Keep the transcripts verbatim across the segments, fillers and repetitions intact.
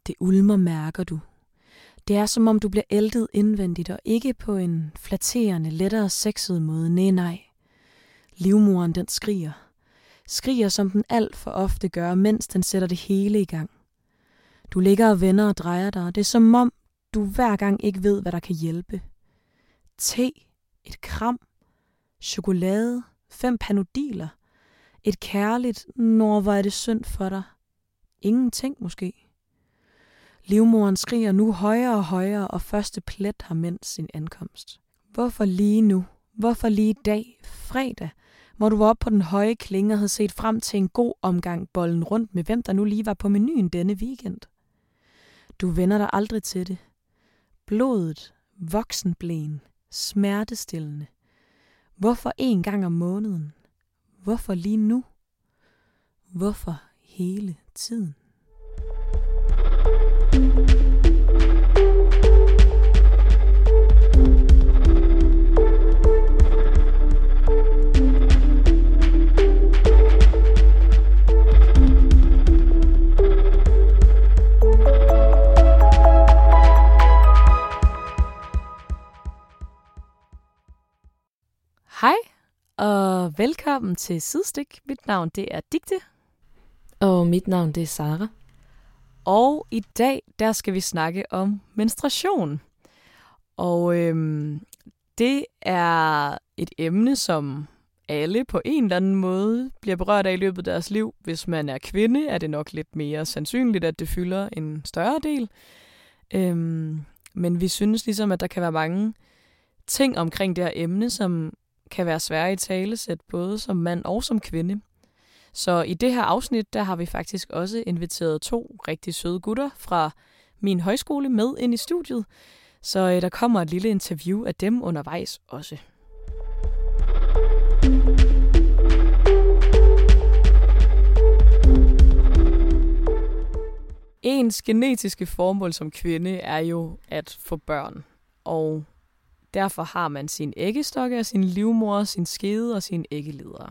Det ulmer, mærker du. Det er som om du bliver æltet indvendigt, og ikke på en flatterende, lettere sexet måde. Nej, nej. Livmoderen, den skriger. Skriger, som den alt for ofte gør, mens den sætter det hele i gang. Du ligger og vender og drejer dig, og det er som om, du hver gang ikke ved, hvad der kan hjælpe. Te, et kram, chokolade, fem panodiler, et kærligt, når hvor er det synd for dig. Ingenting måske. Livmoderen skriger nu højere og højere, og første plet har mændt sin ankomst. Hvorfor lige nu? Hvorfor lige i dag, fredag, hvor du var oppe på den høje klinge og havde set frem til en god omgang bollen rundt med, hvem der nu lige var på menuen denne weekend? Du vender dig aldrig til det. Blodet, voksenblæen, smertestillende. Hvorfor en gang om måneden? Hvorfor lige nu? Hvorfor hele tiden? Hej og velkommen til Sidestik. Mit navn det er Digte. Og mit navn det er Sara. Og i dag der skal vi snakke om menstruation. Og øhm, det er et emne, som alle på en eller anden måde bliver berørt af i løbet af deres liv. Hvis man er kvinde, er det nok lidt mere sandsynligt, at det fylder en større del. Øhm, men vi synes ligesom, at der kan være mange ting omkring det her emne, som kan være svære i talesæt, både som mand og som kvinde. Så i det her afsnit, der har vi faktisk også inviteret to rigtig søde gutter fra min højskole med ind i studiet. Så øh, der kommer et lille interview af dem undervejs også. Ens genetiske formål som kvinde er jo at få børn, og derfor har man sin æggestokke, sin livmoder, sin skede og sine æggeledere.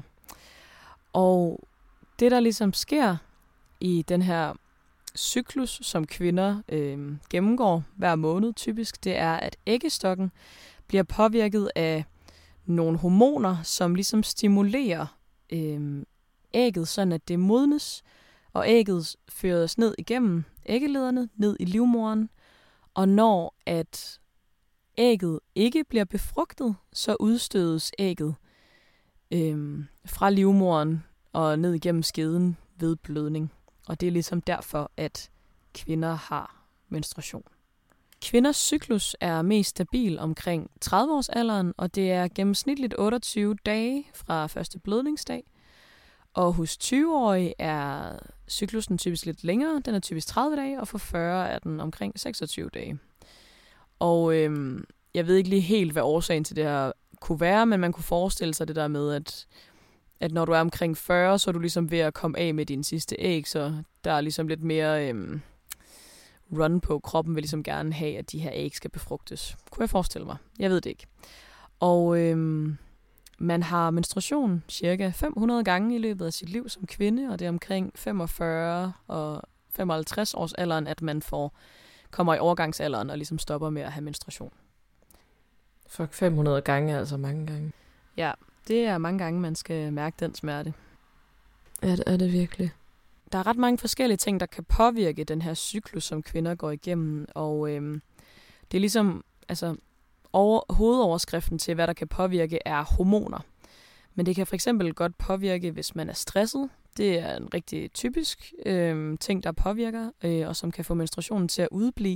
Og det, der ligesom sker i den her cyklus, som kvinder øh, gennemgår hver måned typisk, det er, at æggestokken bliver påvirket af nogle hormoner, som ligesom stimulerer øh, ægget, sådan at det modnes, og ægget føres ned igennem æggelederne, ned i livmoderen, og når at ægget ikke bliver befrugtet, så udstødes ægget øh, fra livmoderen og ned igennem skeden ved blødning. Og det er ligesom derfor, at kvinder har menstruation. Kvinders cyklus er mest stabil omkring tredive-årsalderen, og det er gennemsnitligt otteogtyve dage fra første blødningsdag. Og hos tyve-årige er cyklusen typisk lidt længere, den er typisk tredive dage, og for fyrre er den omkring seksogtyve dage. Og øhm, jeg ved ikke lige helt, hvad årsagen til det her kunne være, men man kunne forestille sig det der med, at, at når du er omkring fyrre, så er du ligesom ved at komme af med din sidste æg, så der er ligesom lidt mere øhm, run på. Kroppen vil ligesom gerne have, at de her æg skal befrugtes. Kunne jeg forestille mig? Jeg ved det ikke. Og øhm, man har menstruation cirka fem hundrede gange i løbet af sit liv som kvinde, og det er omkring femogfyrre og femoghalvtreds års alderen, at man får kommer i overgangsalderen og ligesom stopper med at have menstruation. Fuck, fem hundrede gange er altså mange gange. Ja, det er mange gange, man skal mærke den smerte. Er det, er det virkelig? Der er ret mange forskellige ting, der kan påvirke den her cyklus, som kvinder går igennem. Og øhm, det er ligesom, altså, over, hovedoverskriften til, hvad der kan påvirke, er hormoner. Men det kan for eksempel godt påvirke, hvis man er stresset. Det er en rigtig typisk øh, ting, der påvirker, øh, og som kan få menstruationen til at udeblive.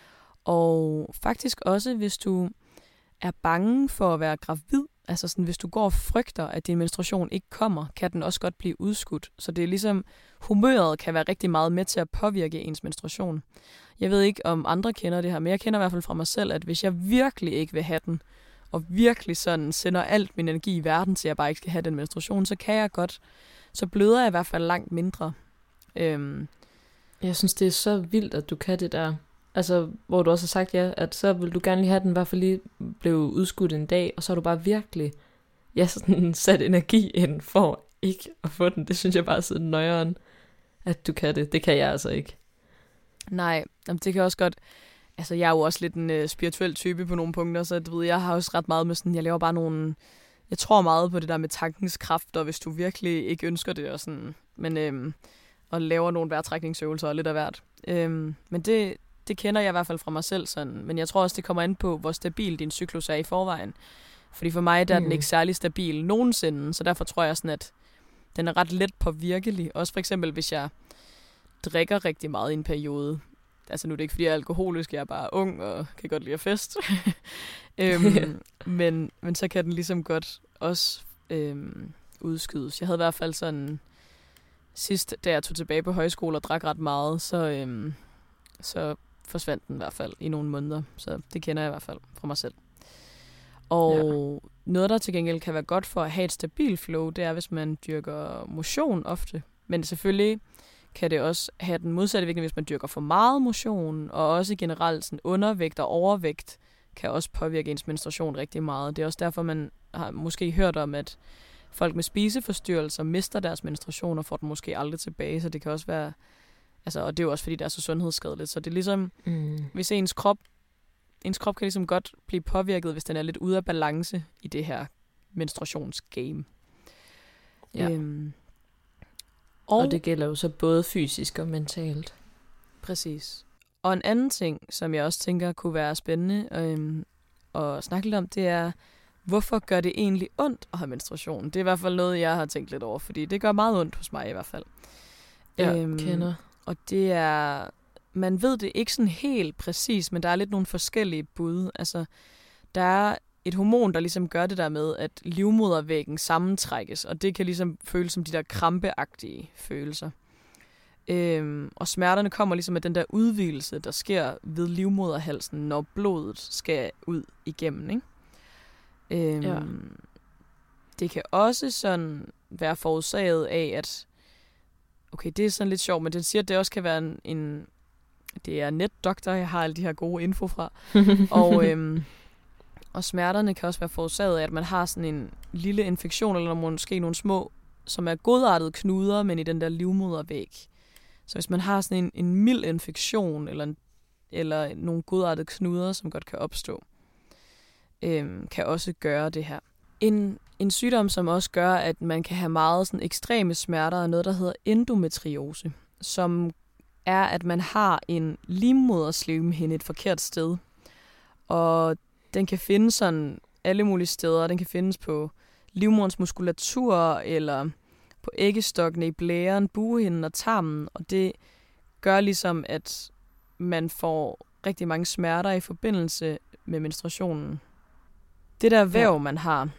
Og faktisk også, hvis du er bange for at være gravid, altså sådan, hvis du går og frygter, at din menstruation ikke kommer, kan den også godt blive udskudt. Så det er ligesom, humøret kan være rigtig meget med til at påvirke ens menstruation. Jeg ved ikke, om andre kender det her, men jeg kender i hvert fald fra mig selv, at hvis jeg virkelig ikke vil have den, og virkelig sådan sender alt min energi i verden til, at jeg bare ikke skal have den menstruation, så kan jeg godt, så bløder jeg i hvert fald langt mindre. Øhm. Jeg synes, det er så vildt, at du kan det der. Altså, hvor du også har sagt ja, at så vil du gerne lige have den, i hvert fald lige blev udskudt en dag, og så har du bare virkelig ja, sådan sat energi ind for ikke at få den. Det synes jeg bare er så nøjeren, at du kan det. Det kan jeg altså ikke. Nej, jamen, det kan også godt... Altså, jeg er jo også lidt en øh, spirituel type på nogle punkter, så du ved, jeg har også ret meget med sådan... Jeg laver bare nogle... Jeg tror meget på det der med tankens kraft, og hvis du virkelig ikke ønsker det, og sådan... Men, øhm, og laver nogle vejrtrækningsøvelser og lidt af hvert. Øhm, men det, det kender jeg i hvert fald fra mig selv sådan. Men jeg tror også, det kommer an på, hvor stabil din cyklus er i forvejen. Fordi for mig, der er mm. den ikke særlig stabil nogensinde, så derfor tror jeg sådan, at den er ret let påvirkelig. Også for eksempel, hvis jeg drikker rigtig meget i en periode. Altså nu er det ikke, fordi jeg er alkoholisk, jeg er bare ung og kan godt lide at fest. øhm, men, men så kan den ligesom godt også øhm, udskydes. Jeg havde i hvert fald sådan... Sidst, da jeg tog tilbage på højskole og drak ret meget, så, øhm, så forsvandt den i hvert fald i nogle måneder. Så det kender jeg i hvert fald fra mig selv. Og ja. Noget, der til gengæld kan være godt for at have et stabilt flow, det er, hvis man dyrker motion ofte. Men selvfølgelig kan det også have den modsatte virkning, hvis man dyrker for meget motion, og også generelt sådan undervægt og overvægt kan også påvirke ens menstruation rigtig meget. Det er også derfor, man har måske hørt om, at folk med spiseforstyrrelser mister deres menstruation og får den måske aldrig tilbage, så det kan også være, altså, og det er jo også fordi, det er så sundhedsskadeligt, så det er ligesom, mm. hvis ens krop, ens krop kan ligesom godt blive påvirket, hvis den er lidt ude af balance i det her menstruationsgame. Ja. Øhm, og, og det gælder jo så både fysisk og mentalt. Præcis. Og en anden ting, som jeg også tænker kunne være spændende øhm, at snakke lidt om, det er, hvorfor gør det egentlig ondt at have menstruation? Det er i hvert fald noget, jeg har tænkt lidt over, fordi det gør meget ondt hos mig i hvert fald. Ja, øhm, kender. Og det er... Man ved det ikke sådan helt præcis, men der er lidt nogle forskellige bud. Altså, der er et hormon, der ligesom gør det der med, at livmodervæggen sammentrækkes, og det kan ligesom føles som de der krampeagtige følelser. Øhm, og smerterne kommer ligesom af den der udvidelse, der sker ved livmoderhalsen, når blodet skal ud igennem, ikke? Øhm, ja. Det kan også sådan være forårsaget af, at okay, det er sådan lidt sjovt, men den siger, at det også kan være en, en det er netdoktor, jeg har alle de her gode info fra, og, øhm, og smerterne kan også være forårsaget af, at man har sådan en lille infektion, eller måske nogle små, som er godartede knuder, men i den der livmodervæg. Så hvis man har sådan en, en mild infektion, eller, en, eller nogle godartede knuder, som godt kan opstå, øhm, kan også gøre det her. En, en sygdom, som også gør, at man kan have meget sådan ekstreme smerter, er noget, der hedder endometriose, som er, at man har en livmoderslimhinde et forkert sted. Og den kan findes sådan alle mulige steder. Den kan findes på livmoderens muskulatur, eller på æggestokkene i blæren, buehinden og tarmen. Og det gør ligesom, at man får rigtig mange smerter i forbindelse med menstruationen. Det der væv, ja. man har,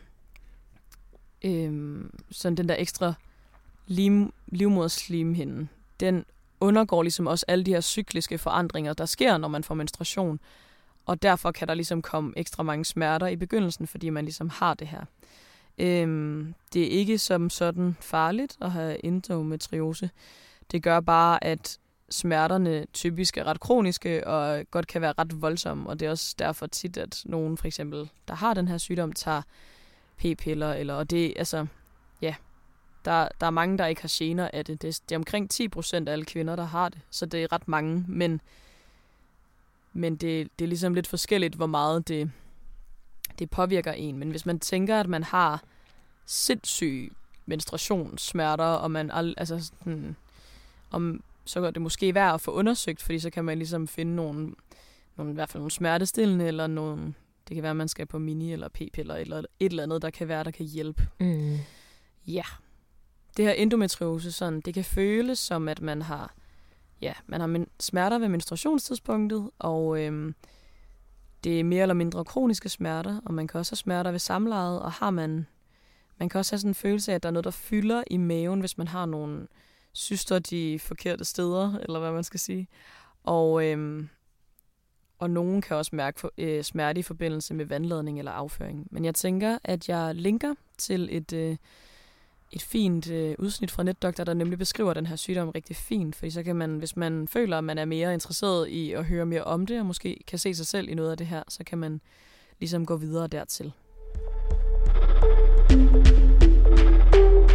øhm, sådan den der ekstra lim, livmoderslimhinde, den undergår ligesom også alle de her cykliske forandringer, der sker, når man får menstruation. Og derfor kan der ligesom komme ekstra mange smerter i begyndelsen, fordi man ligesom har det her. Øhm, det er ikke som sådan farligt at have endometriose. Det gør bare, at smerterne typisk er ret kroniske og godt kan være ret voldsomme. Og det er også derfor tit, at nogen for eksempel, der har den her sygdom, tager p-piller. Eller, og det altså, ja, der, der er mange, der ikke har gener af det. Det er, det er omkring ti procent af alle kvinder, der har det. Så det er ret mange, men, men det, det er ligesom lidt forskelligt, hvor meget det, det påvirker en. Men hvis man tænker, at man har sindssyge menstruationssmerter, og man altså sådan, om, så er det måske værd at få undersøgt, fordi så kan man ligesom finde nogle, nogle i hvert fald nogle smertestillende, eller nogle, det kan være, at man skal på mini eller p-piller, eller et eller andet, der kan være, der kan hjælpe. Mm. Ja. Det her endometriose, sådan, det kan føles som, at man har, ja, man har men- smerter ved menstruationstidspunktet, og øhm, det er mere eller mindre kroniske smerter, og man kan også have smerter ved samlejet, og har man, man kan også have sådan en følelse af, at der er noget, der fylder i maven, hvis man har nogle cyster de forkerte steder, eller hvad man skal sige. Og, øhm, og nogen kan også mærke for, øh, smerte i forbindelse med vandladning eller afføring. Men jeg tænker, at jeg linker til et, øh, et fint øh, udsnit fra NetDoktor, der nemlig beskriver den her sygdom rigtig fint, fordi så kan man, hvis man føler, at man er mere interesseret i at høre mere om det, og måske kan se sig selv i noget af det her, så kan man ligesom gå videre dertil.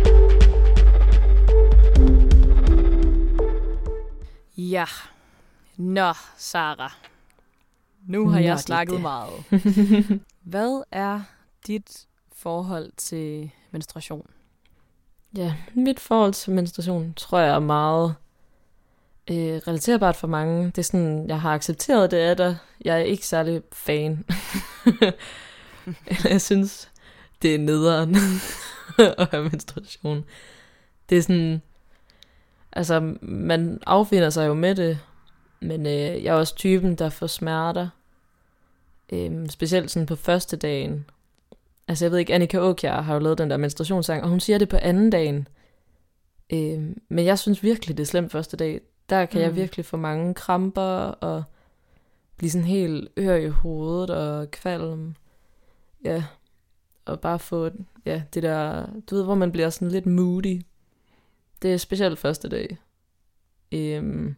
Ja, Nå, Sara. Nu har Nå, jeg det snakket det. meget. Hvad er dit forhold til menstruation? Ja, mit forhold til menstruation, tror jeg er meget øh, relaterbart for mange. Det er sådan, jeg har accepteret det af dig. Jeg er ikke særlig fan. Jeg synes, det er nederen at have menstruation. Det er sådan, altså man affinder sig jo med det, men øh, jeg er også typen, der får smerter. Øh, specielt sådan på første dagen. Altså jeg ved ikke, Annika Aakjær har jo lavet den der menstruationssang, og hun siger det på anden dagen. Øh, men jeg synes virkelig, det er slemt første dag. Der kan mm. jeg virkelig få mange kramper, og blive sådan helt ør i hovedet, og kvalm. Ja, og bare få ja, det der, du ved, hvor man bliver sådan lidt moody. Det er specielt første dag. Øhm,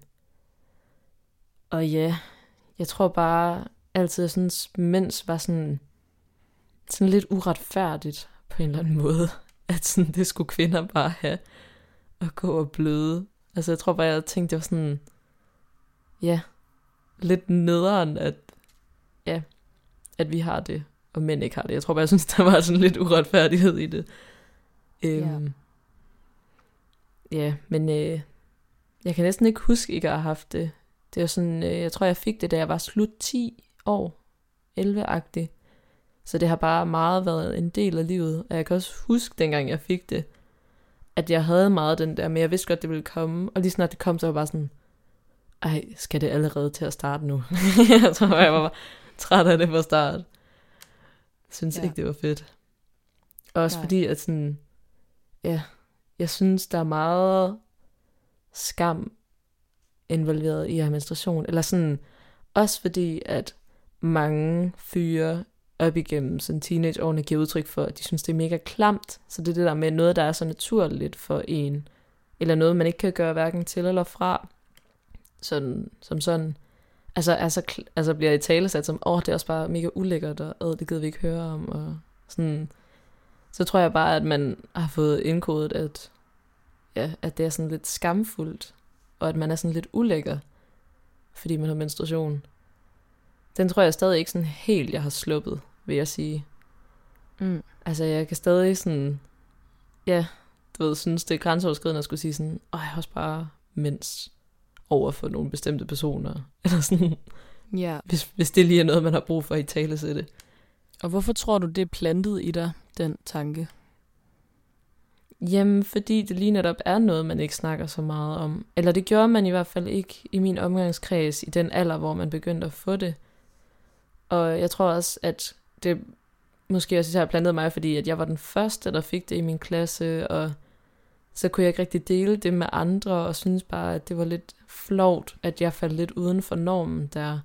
og ja, jeg tror bare altid, at sådan, mens var sådan, sådan lidt uretfærdigt på en eller anden måde, at sådan, det skulle kvinder bare have at gå og bløde. Altså jeg tror bare, jeg tænkte, det var sådan, ja, lidt nederen, at, ja, at vi har det, og mænd ikke har det. Jeg tror bare, jeg synes, der var sådan lidt uretfærdighed i det. Øhm, Ja. Ja, men øh, jeg kan næsten ikke huske ikke at have haft det. Det er sådan, øh, jeg tror jeg fik det, da jeg var slut ti år, elleve-agtig. Så det har bare meget været en del af livet. Og jeg kan også huske, dengang jeg fik det, at jeg havde meget den der, men jeg vidste godt, det ville komme. Og lige snart det kom, så var jeg bare sådan, ej, skal det allerede til at starte nu? Jeg tror, jeg var bare træt af det fra start. Jeg synes ja. ikke, det var fedt. Og også Nej. fordi, at sådan, ja, jeg synes, der er meget skam involveret i at have menstruation. Eller sådan, også fordi, at mange fyre op igennem sådan teenageårene giver udtryk for, at de synes, det er mega klamt. Så det er det der med noget, der er så naturligt for en. Eller noget, man ikke kan gøre hverken til eller fra. Sådan, som sådan. Altså, altså, altså bliver i tale sat som, åh, oh, det er også bare mega ulækkert, og øh, det gider vi ikke høre om. Og sådan. Så tror jeg bare, at man har fået indkodet, at, ja, at det er sådan lidt skamfuldt, og at man er sådan lidt ulækker, fordi man har menstruation. Den tror jeg stadig ikke sådan helt, jeg har sluppet, vil jeg sige. Mm. Altså, jeg kan stadig sådan, ja, du ved, synes det er grænseoverskridende at skulle sige sådan, åh, jeg har også bare mens over for nogle bestemte personer, eller sådan, Ja. hvis, hvis det lige er noget, man har brug for i talesætte. Og hvorfor tror du, det er plantet i dig, den tanke? Jamen, fordi det lige netop er noget, man ikke snakker så meget om. Eller det gjorde man i hvert fald ikke i min omgangskreds i den alder, hvor man begyndte at få det. Og jeg tror også, at det måske også har plantet mig, fordi at jeg var den første, der fik det i min klasse, og så kunne jeg ikke rigtig dele det med andre, og synes bare, at det var lidt flovt, at jeg faldt lidt uden for normen der.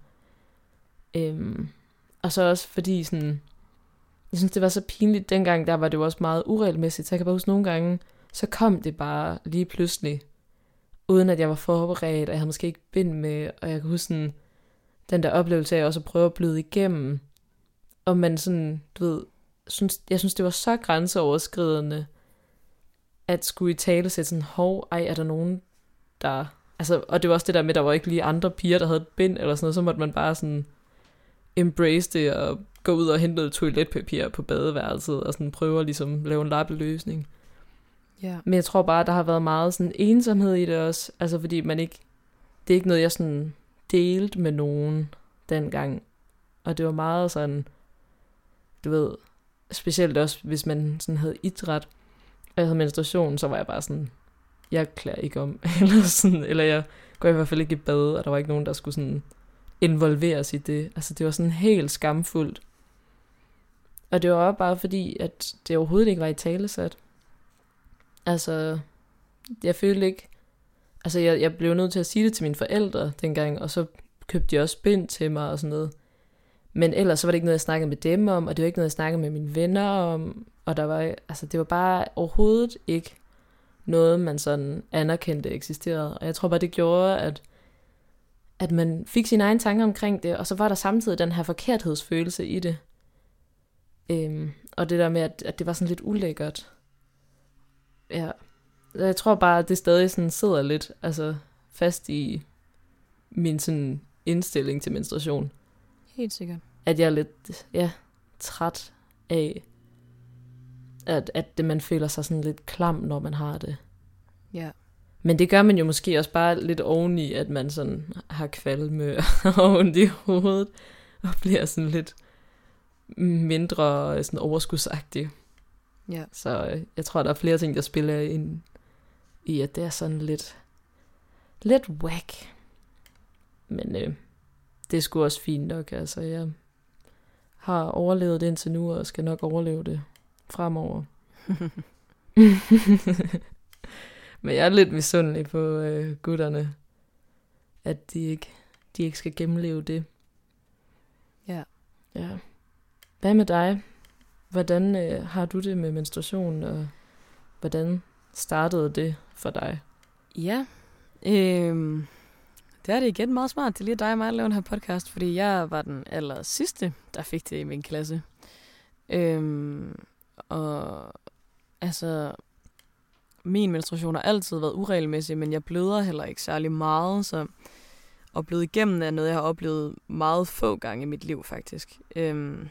Øhm, og så også fordi sådan, jeg synes, det var så pinligt dengang, der var det jo også meget uregelmæssigt, så jeg kan bare huske nogle gange, så kom det bare lige pludselig, uden at jeg var forberedt, og jeg havde måske ikke bind med, og jeg kan huske sådan, den der oplevelse af også at prøve at bløde igennem, og man sådan, du ved, synes, jeg synes, det var så grænseoverskridende, at skulle i tale sætte sådan, hov, ej, er der nogen, der, altså, og det var også det der med, der var ikke lige andre piger, der havde et bind, eller sådan noget, så måtte man bare sådan, embrace det, og gå ud og hente noget toiletpapir på badeværelset, og sådan prøve at ligesom lave en lappeløsning. Ja. Men jeg tror bare, der har været meget sådan ensomhed i det også, altså fordi man ikke, det er ikke noget, jeg sådan delte med nogen dengang, og det var meget sådan, du ved, specielt også, hvis man sådan havde idræt, og jeg havde menstruation, så var jeg bare sådan, jeg klæder ikke om, eller sådan, eller jeg går i hvert fald ikke i bad, og der var ikke nogen, der skulle sådan involveres i det. Altså det var sådan helt skamfuldt. Og det var også bare fordi, at det overhovedet ikke var i talesat. Altså, jeg følte ikke, altså jeg, jeg blev nødt til at sige det til mine forældre dengang, og så købte de også bind til mig og sådan noget. Men ellers så var det ikke noget, jeg snakkede med dem om, og det var ikke noget, jeg snakkede med mine venner om, og der var, altså det var bare overhovedet ikke noget, man sådan anerkendte eksisterede. Og jeg tror bare, det gjorde, at at man fik sine egne tanker omkring det, og så var der samtidig den her forkerthedsfølelse i det. Øhm, og det der med, at, at det var sådan lidt ulækkert. Ja, jeg tror bare, at det stadig sådan sidder lidt altså fast i, min sådan indstilling til menstruation. Helt sikkert. At jeg er lidt, ja, træt af, at, at det, man føler sig sådan lidt klam, når man har det. Ja. Men det gør man jo måske også bare lidt oveni, at man sådan har kvalme og ondt i hovedet, og bliver sådan lidt mindre sådan overskudsagtig. Ja. Så øh, jeg tror, der er flere ting, der spiller ind i, at det er sådan lidt, lidt whack. Men øh, det er sgu også fint nok. Altså, jeg har overlevet det indtil nu, og skal nok overleve det fremover. Men jeg er lidt misundelig på øh, gutterne, at de ikke, de ikke skal gennemleve det. Ja. Ja. Hvad med dig? Hvordan øh, har du det med menstruation, og hvordan startede det for dig? Ja, øhm, det er det igen meget smart. Det er lige dig og mig, der laver den her podcast, fordi jeg var den aller sidste, der fik det i min klasse. Øhm, og altså, min menstruation har altid været uregelmæssig, men jeg bløder heller ikke særlig meget, så at bløde igennem er noget, jeg har oplevet meget få gange i mit liv, faktisk. Øhm,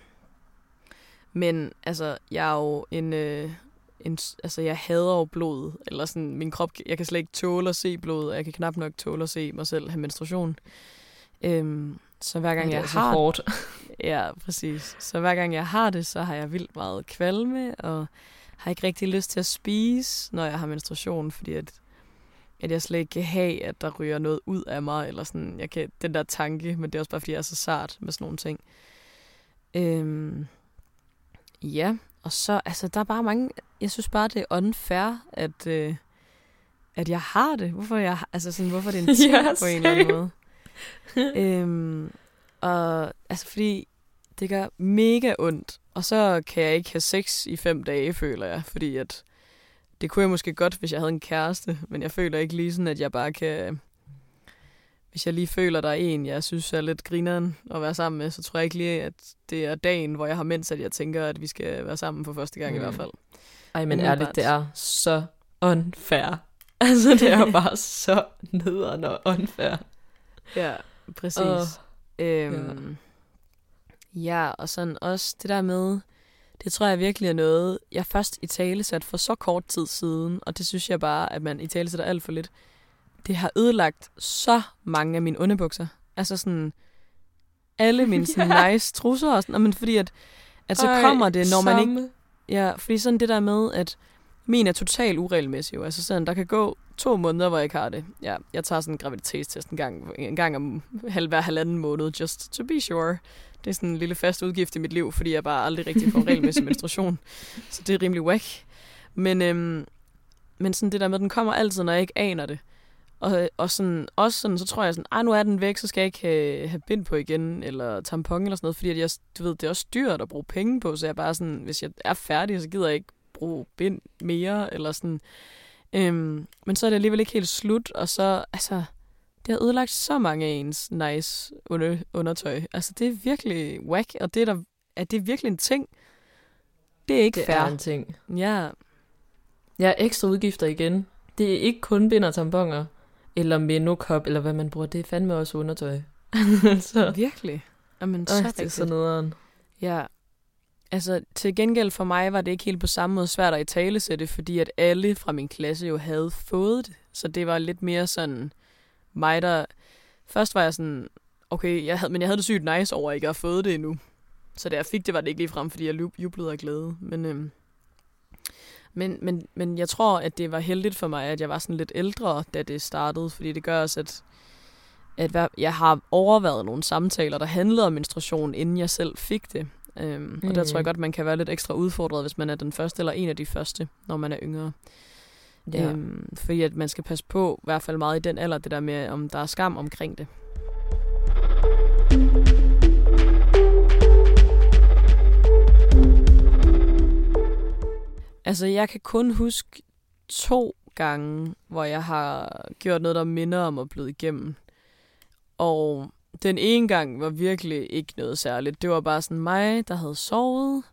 men altså, jeg er jo en... Øh, En, altså, jeg hader jo blod, eller sådan, min krop, jeg kan slet ikke tåle at se blod, og jeg kan knap nok tåle at se mig selv have menstruation. Øhm, så hver gang ja, jeg altså har hårdt. Ja, præcis. Så hver gang jeg har det, så har jeg vildt meget kvalme, og har ikke rigtig lyst til at spise, når jeg har menstruation, fordi at, at jeg slet ikke kan have, at der ryger noget ud af mig, eller sådan, jeg kan, den der tanke, men det er også bare, fordi jeg er så sart med sådan nogle ting. Øhm, ja, og så, altså, der er bare mange, jeg synes bare, det er unfair, at, øh, at jeg har det. Hvorfor, jeg, altså sådan, hvorfor det er en ting Ja, på en eller anden måde. øhm, og altså, fordi det gør mega ondt, og så kan jeg ikke have sex i fem dage, føler jeg, fordi at det kunne jeg måske godt, hvis jeg havde en kæreste, men jeg føler ikke lige sådan, at jeg bare kan, hvis jeg lige føler, der er en, jeg synes er lidt grineren at være sammen med, så tror jeg ikke lige, at det er dagen, hvor jeg har mens, at jeg tænker, at vi skal være sammen for første gang mm. i hvert fald. Ej, men ærligt, det er så unfair. Altså, det er jo bare så nederen og unfair. Ja, præcis. Uh, øhm, ja. ja, og sådan også det der med, det tror jeg virkelig er noget, jeg først i tale sat for så kort tid siden, og det synes jeg bare, at man i tale sætter alt for lidt. Det har ødelagt så mange af mine underbukser. Altså sådan, alle mine sådan yeah. nice trusser og sådan, men fordi at, at så Øj, kommer det, når man samme. ikke... Ja, fordi sådan det der med, at min er totalt uregelmæssig jo. Altså sådan, der kan gå to måneder, hvor jeg ikke har det. Ja, jeg tager sådan en graviditetstest en gang, en gang om halv, hver halvanden måned, just to be sure. Det er sådan en lille fast udgift i mit liv, fordi jeg bare aldrig rigtig får regelmæssig menstruation. Så det er rimelig whack. Men, øhm, men sådan det der med, den kommer altid, når jeg ikke aner det. Og, og sådan, også sådan, så tror jeg sådan, ej, nu er den væk, så skal jeg ikke have, have bind på igen, eller tampon eller sådan noget, fordi at jeg, du ved, det er også dyrt at bruge penge på, så jeg bare sådan, hvis jeg er færdig, så gider jeg ikke bruge bind mere, eller sådan. Øhm, men så er det alligevel ikke helt slut, og så, altså, det har ødelagt så mange af ens nice under, undertøj. Altså, det er virkelig whack, og det er, der, er det virkelig en ting. Det er ikke det fair. Det er en ting. Ja. Ja, ekstra udgifter igen. Det er ikke kun bind og tamponer, eller menokop, eller hvad man bruger. Det er fandme også undertøj. så. Virkelig. Jamen, så Øj, det er så nederen. Ja. Altså, til gengæld for mig var det ikke helt på samme måde svært at italesætte, fordi at alle fra min klasse jo havde fået det. Så det var lidt mere sådan mig, der... Først var jeg sådan, okay, jeg havde, men jeg havde det sygt nice over, at jeg ikke havde fået det endnu. Så da jeg fik det, var det ikke lige frem, fordi jeg jublede af glæde. Men, øhm, men, men, men jeg tror, at det var heldigt for mig, at jeg var sådan lidt ældre, da det startede, fordi det gør også, at, at jeg har overvejet nogle samtaler, der handlede om menstruation, inden jeg selv fik det. Øhm, mm. Og der tror jeg godt, man kan være lidt ekstra udfordret, hvis man er den første eller en af de første, når man er yngre. Ja. Øhm, fordi at man skal passe på, i hvert fald meget i den alder, det der med, om der er skam omkring det. Altså, jeg kan kun huske to gange, hvor jeg har gjort noget, der minder om at blive igennem. Og den ene gang var virkelig ikke noget særligt. Det var bare sådan mig, der havde sovet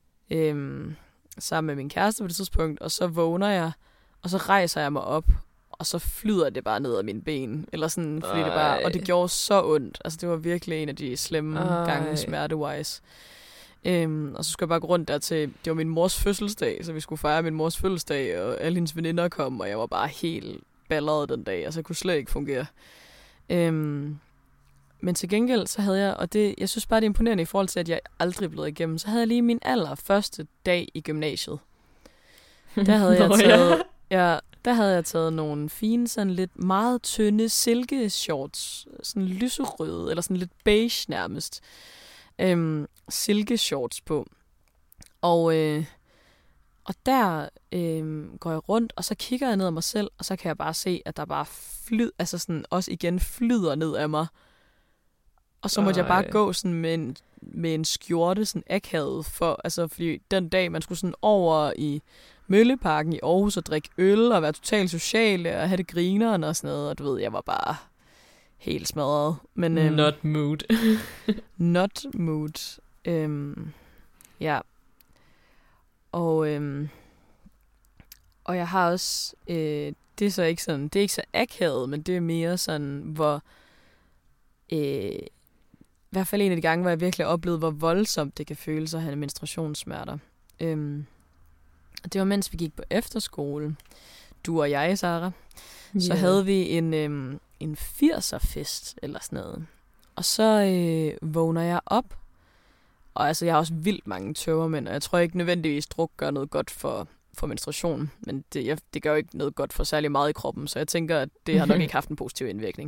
øhm, sammen med min kæreste på det tidspunkt, og så vågner jeg, og så rejser jeg mig op, og så flyder det bare ned ad mine ben, eller sådan, fordi det bare, og det gjorde så ondt. Altså, det var virkelig en af de slemme Ej. gange smerte-wise. Øhm, og så skulle jeg bare gå rundt der til, det var min mors fødselsdag, så vi skulle fejre min mors fødselsdag, og alle hendes veninder kom, og jeg var bare helt balleret den dag, altså jeg kunne slet ikke fungere. Øhm, men til gengæld, så havde jeg, og det, jeg synes bare, det er imponerende i forhold til, at jeg aldrig blev igennem, så havde jeg lige min allerførste dag i gymnasiet. Der havde jeg taget, ja, der havde jeg taget nogle fine, sådan lidt meget tynde silke-shorts, sådan lyserøde, eller sådan lidt beige nærmest, øhm, silke-shorts på. Og, øh, og der øh, går jeg rundt, og så kigger jeg ned ad mig selv, og så kan jeg bare se, at der bare flyd, altså sådan også igen flyder ned af mig. Og så måtte Ej. jeg bare gå sådan med en, med en skjorte, sådan akavet, for, altså fordi den dag, man skulle sådan over i Mølleparken i Aarhus og drikke øl og være totalt sociale og have det grineren og sådan noget, og du ved, jeg var bare helt smadret. Men, øhm, not mood. not mood. Øhm, ja. Og, øhm, og jeg har også, øh, det er så ikke sådan, det er ikke så akavet, men det er mere sådan, hvor, øh, i hvert fald en af de gange, hvor jeg virkelig oplevede, hvor voldsomt det kan føles at have menstruationssmerter. Øhm, og det var, mens vi gik på efterskole, du og jeg, Sara, yeah. så havde vi en, øhm, en firser-fest eller sådan noget. Og så øh, vågner jeg op, og altså, jeg har også vildt mange tøvermænd, og jeg tror ikke nødvendigvis, druk gør noget godt for, for menstruation, men det, jeg, det gør jo ikke noget godt for særlig meget i kroppen, så jeg tænker, at det har nok ikke haft en positiv indvirkning.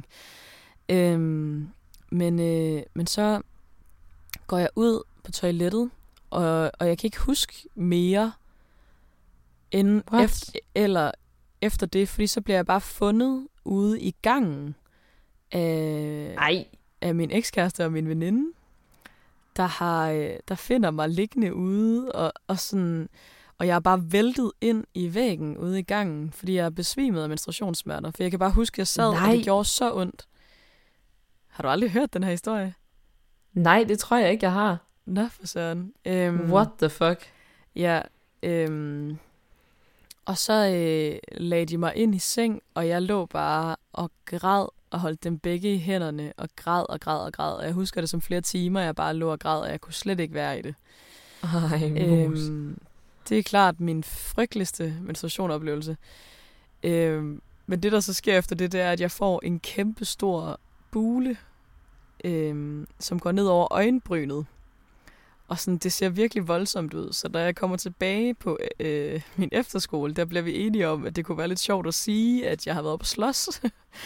Øhm, men, øh, men så går jeg ud på toilettet, og, og jeg kan ikke huske mere end efter, eller efter det, fordi så bliver jeg bare fundet ude i gangen af, Ej. af min ekskæreste og min veninde, der har der finder mig liggende ude, og, og sådan, og jeg er bare væltet ind i væggen ude i gangen, fordi jeg er besvimet af menstruationssmerter, for jeg kan bare huske, at jeg sad, Nej. og det gjorde så ondt. Har du aldrig hørt den her historie? Nej, det tror jeg ikke, jeg har. Nå, for søren. Øhm, What the fuck? Ja, øhm, og så øh, lagde de mig ind i seng, og jeg lå bare og græd og holdt dem begge i hænderne og græd og græd og græd. Og jeg husker det som flere timer, jeg bare lå og græd, og jeg kunne slet ikke være i det. Ej, øhm, det er klart min frygteligste menstruationoplevelse. Øhm, men det, der så sker efter det, det er, at jeg får en kæmpe stor bule, øhm, som går ned over øjenbrynet. Og sådan, det ser virkelig voldsomt ud. Så da jeg kommer tilbage på øh, min efterskole, der bliver vi enige om, at det kunne være lidt sjovt at sige, at jeg har været oppe at slås.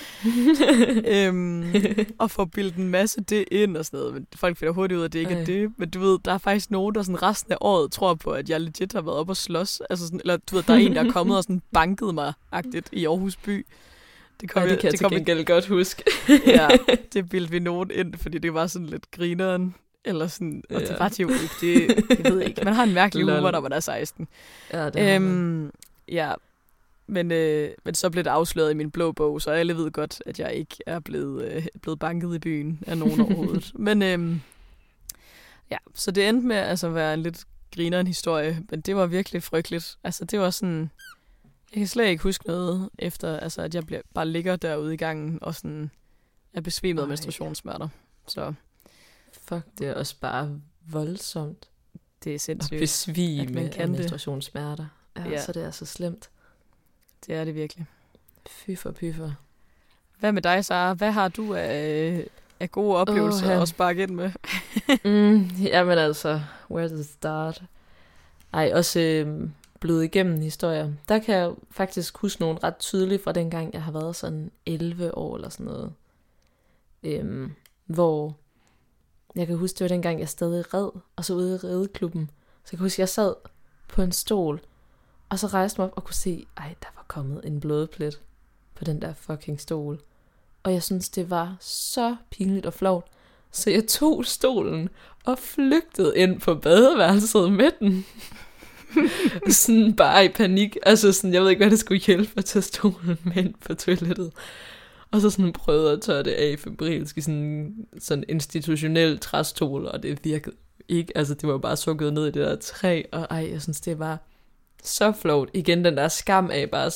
øhm, og få bildet en masse det ind og sådan noget. Men folk finder hurtigt ud af, at det ikke Ej. er det. Men du ved, der er faktisk nogen, der sådan resten af året tror på, at jeg legit har været oppe at slås. Altså sådan, eller du ved, der er en, der er kommet og sådan banket mig-agtigt i Aarhus by. Det, kom, ja, det kan jeg, det til gengæld godt huske. Ja, det bildte vi nogen ind, fordi det var sådan lidt grineren. Eller sådan, og ja. det var det jo ikke, det, jeg ved ikke. Man har en mærkelig humor, når man er seksten. Ja, det øhm, ja, men, øh, men så blev det afsløret i min blå bog, så alle ved godt, at jeg ikke er blevet, øh, blevet banket i byen af nogen overhovedet. Men øh, ja, så det endte med altså, at være en lidt grineren historie, men det var virkelig frygteligt. Altså det var sådan, jeg kan slet ikke huske noget efter, altså at jeg bliver, bare ligger derude i gangen og sådan er besvimet af menstruationssmerter. Så fuck, det er også bare voldsomt. Det er sindssygt. At besvime at af menstruationssmerter. Ja, ja, så det er så slemt. Det er det virkelig. Fy for pyfer. Hvad med dig, Sara? Hvad har du af, af gode oplevelser oh, at sparke ind med? mm, jamen altså, where does it start? Ej, også øh, blevet igennem historier. Der kan jeg faktisk huske nogle ret tydeligt fra dengang, jeg har været sådan elleve år eller sådan noget. Øhm, hvor jeg kan huske, det var dengang, jeg stadig red, og så ude i redeklubben. Så jeg kan huske, jeg sad på en stol, og så rejste mig op og kunne se, ej, der var kommet en blodplet på den der fucking stol. Og jeg synes, det var så pinligt og flovt. Så jeg tog stolen og flygtede ind på badeværelset med den. Sådan bare i panik. Altså sådan, jeg ved ikke, hvad det skulle hjælpe at tage stolen med ind på toilettet. Og så sådan prøvede at tørre det af febrilsk i sådan, sådan institutionel træstol, og det virkede ikke. Altså det var bare sukket ned i det der træ, og ej, jeg synes, det var så flot. Igen den der skam af bare sådan,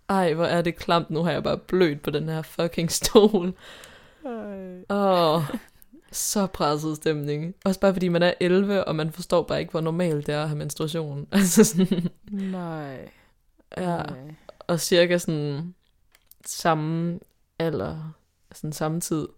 Ej, hvor er det klamt. Nu har jeg bare blødt på den her fucking stol. Åh, oh, så presset stemning. Også bare fordi man er elleve, og man forstår bare ikke, hvor normalt det er at have menstruation. Altså sådan... Nej. Ja, Nej. og cirka sådan samme alder, sådan samme tid.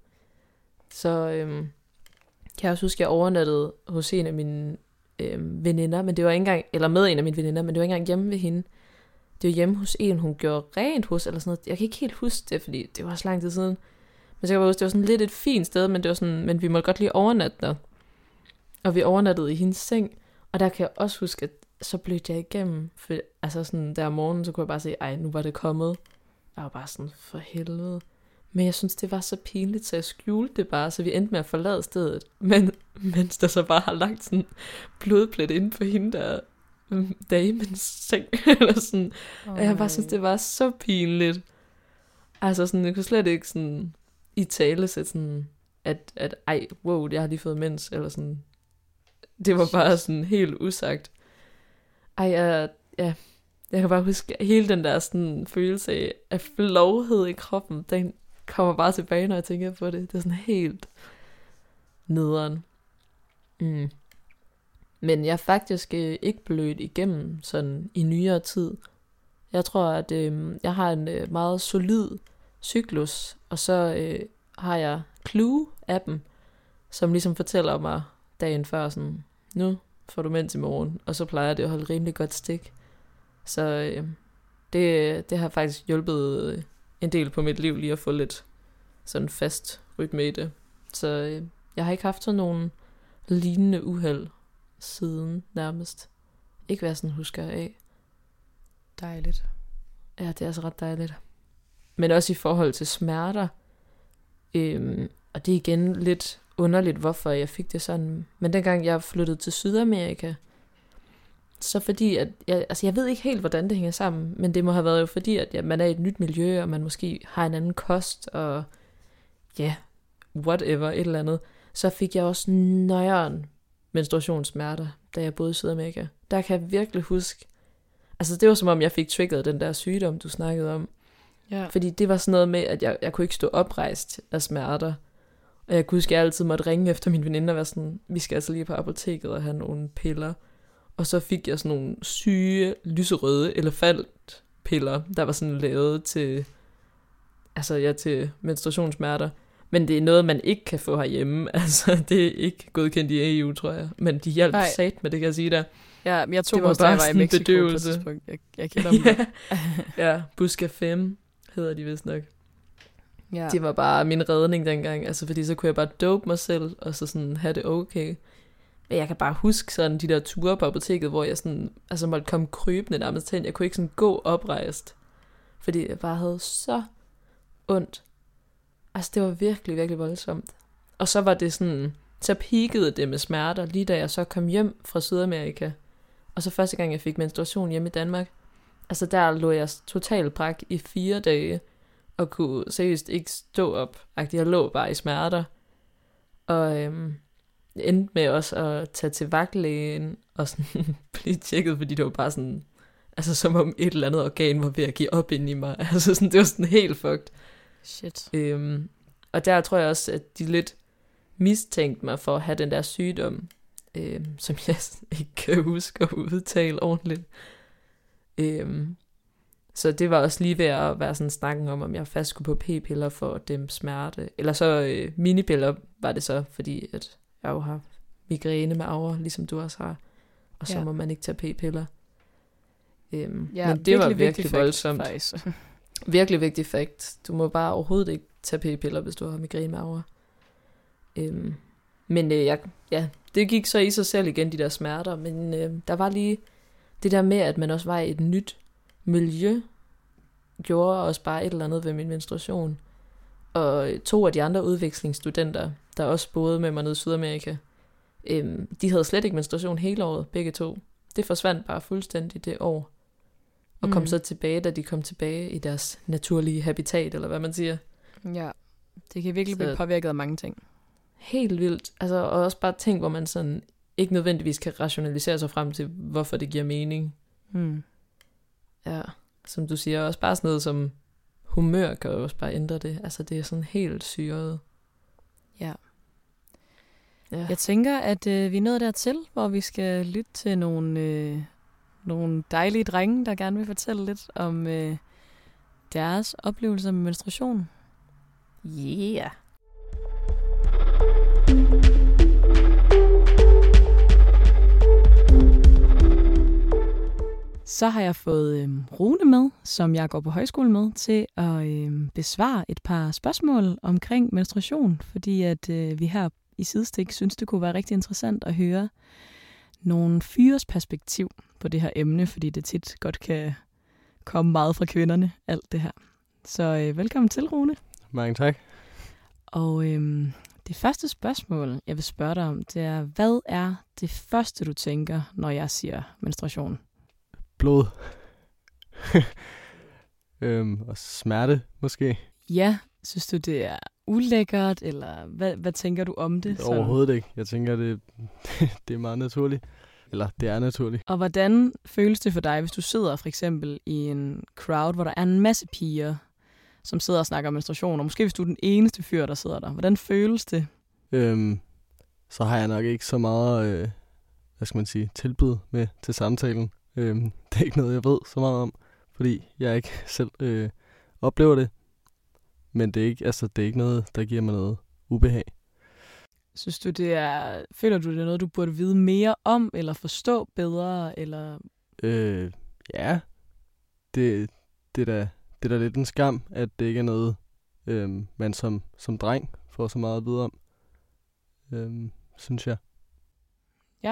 Så øhm, kan jeg også huske, at jeg overnattede hos en af mine øhm, veninder, men det var ikke engang, eller med en af mine veninder, men det var ikke engang hjemme ved hende. Det var hjemme hos en, hun gjorde rent hos, eller sådan noget. Jeg kan ikke helt huske det, fordi det var så lang tid siden. Men så kan jeg huske, det var sådan lidt et fint sted, men det var sådan, men vi måtte godt lige overnatte der. Og vi overnattede i hendes seng, og der kan jeg også huske, at så blødte jeg igennem. For, altså sådan der om morgenen, så kunne jeg bare se, ej, nu var det kommet. Jeg var bare sådan, for helvede. Men jeg synes, det var så pinligt, så jeg skjulte det bare, så vi endte med at forlade stedet. Men mens der så bare har lagt sådan blodplet ind på hende der damens seng. Eller sådan. Og jeg bare synes, det var så pinligt. Altså sådan, jeg kunne slet ikke sådan i tale sætte sådan, at, at ej, wow, jeg har lige fået mens, eller sådan. Det var bare sådan helt usagt. Ej, jeg, ja, jeg kan bare huske, hele den der sådan følelse af, af flovhed i kroppen, den kommer bare tilbage, når jeg tænker på det. Det er sådan helt nederen. Mm. Men jeg er faktisk øh, ikke blødt igennem sådan i nyere tid. Jeg tror, at øh, jeg har en øh, meget solid cyklus, og så øh, har jeg Clue-appen, som ligesom fortæller mig dagen før sådan, nu får du mens i morgen, og så plejer det at holde rimelig godt stik. Så øh, det, det har faktisk hjulpet en del på mit liv lige at få lidt sådan fast rytme i det. Så øh, jeg har ikke haft sådan nogle lignende uheld siden nærmest. Ikke hvad jeg sådan husker af. Dejligt. Ja, det er altså ret dejligt. Men også i forhold til smerter. Øhm, og det er igen lidt underligt, hvorfor jeg fik det sådan. Men dengang jeg flyttede til Sydamerika, så fordi, at jeg, altså jeg ved ikke helt, hvordan det hænger sammen, men det må have været jo fordi, at ja, man er i et nyt miljø, og man måske har en anden kost, og ja, yeah, whatever, et eller andet. Så fik jeg også nøjeren menstruationssmerter, da jeg boede i Sydamerika. Der kan jeg virkelig huske, altså det var som om, jeg fik triggeret den der sygdom, du snakkede om. Ja. Fordi det var sådan noget med, at jeg, jeg kunne ikke stå oprejst af smerter. Og jeg kunne huske, at jeg altid måtte ringe efter min veninde og være sådan, vi skal altså lige på apoteket og have nogle piller. Og så fik jeg sådan nogle syge, lyserøde elefantpiller, der var sådan lavet til, altså ja, til menstruationssmerter. Men det er noget, man ikke kan få herhjemme. Altså, det er ikke godkendt i E U, tror jeg. Men de hjalp sat med det, kan jeg sige der. Ja, men jeg tog også, da jeg var i Mexico bedøvelse. På et tidspunkt. Jeg, jeg kender dem ja. Ja, Buscafem hedder de vist nok. Ja. Det var bare min redning dengang. Altså, fordi så kunne jeg bare dope mig selv, og så sådan have det okay. Men jeg kan bare huske sådan de der ture på apoteket, hvor jeg sådan, altså måtte komme krybende nærmest til. Jeg kunne ikke sådan gå oprejst, fordi jeg bare havde så ondt. Altså, det var virkelig, virkelig voldsomt. Og så var det sådan, så peakede det med smerter, lige da jeg så kom hjem fra Sydamerika. Og så første gang, jeg fik menstruation hjemme i Danmark, altså der lå jeg totalt brak i fire dage, og kunne seriøst ikke stå op. Jeg lå bare i smerter. Og øhm, jeg endte med også at tage til vagtlægen, og sådan blive tjekket, fordi det var bare sådan, altså som om et eller andet organ var ved at give op ind i mig. Altså sådan, det var sådan helt fucked. Shit. Øhm, og der tror jeg også, at de lidt mistænkte mig for at have den der sygdom, øhm, som jeg ikke kan huske at udtale ordentligt. Øhm, så det var også lige ved at være sådan snakken om, om jeg fast skulle på p-piller for at dæmpe smerte. Eller så øh, minipiller var det så, fordi at jeg jo har migræne med aura, ligesom du også har. Og så ja. Må man ikke tage p-piller. Øhm, ja, men det var virkelig voldsomt. Fact, virkelig vigtig fakt. Du må bare overhovedet ikke tage p-piller, hvis du har migræne med aura. Øhm, men øh, jeg, ja, det gik så i sig selv igen, de der smerter. Men øh, der var lige det der med, at man også var i et nyt miljø, gjorde også bare et eller andet ved min menstruation. Og to af de andre udvekslingsstudenter, der også boede med mig nede i Sydamerika, øhm, de havde slet ikke menstruation hele året, begge to. Det forsvandt bare fuldstændig det år. Og mm. kom så tilbage, da de kom tilbage i deres naturlige habitat, eller hvad man siger. Ja, det kan virkelig så blive påvirket af mange ting. Helt vildt. Altså, og også bare ting, hvor man sådan ikke nødvendigvis kan rationalisere sig frem til, hvorfor det giver mening. Mm. Ja. som du siger, også bare sådan noget som humør kan jo også bare ændre det. Altså det er sådan helt syret. Ja. Ja. Jeg tænker, at øh, vi er nået dertil, hvor vi skal lytte til nogle, øh, nogle dejlige drenge, der gerne vil fortælle lidt om øh, deres oplevelser med menstruation. Yeah. Så har jeg fået øh, Rune med, som jeg går på højskole med, til at øh, besvare et par spørgsmål omkring menstruation, fordi at øh, vi her i Sidestik synes, det kunne være rigtig interessant at høre nogle fyres perspektiv på det her emne, fordi det tit godt kan komme meget fra kvinderne, alt det her. Så øh, velkommen til, Rune. Mange tak. Og øh, det første spørgsmål, jeg vil spørge dig om, det er, hvad er det første, du tænker, når jeg siger menstruation? Blod. øhm, og smerte, måske. Ja, synes du, det er ulækkert, eller hvad, hvad tænker du om det? Sådan? Overhovedet ikke. Jeg tænker, det, det er meget naturligt. Eller det er naturligt. Og hvordan føles det for dig, hvis du sidder for eksempel i en crowd, hvor der er en masse piger, som sidder og snakker om menstruation, og måske hvis du er den eneste fyr, der sidder der. Hvordan føles det? Øhm, så har jeg nok ikke så meget, øh, hvad skal man sige, tilbud med til samtalen. Øhm, det er ikke noget, jeg ved så meget om, fordi jeg ikke selv øh, oplever det. Men det er ikke, altså, det er ikke noget, der giver mig noget ubehag. Synes du, det er, føler du, det er noget, du burde vide mere om, eller forstå bedre, eller? Øh, ja, det, det, er da, det er da lidt en skam, at det ikke er noget, øh, man som, som dreng får så meget at vide om, øh, synes jeg. Ja.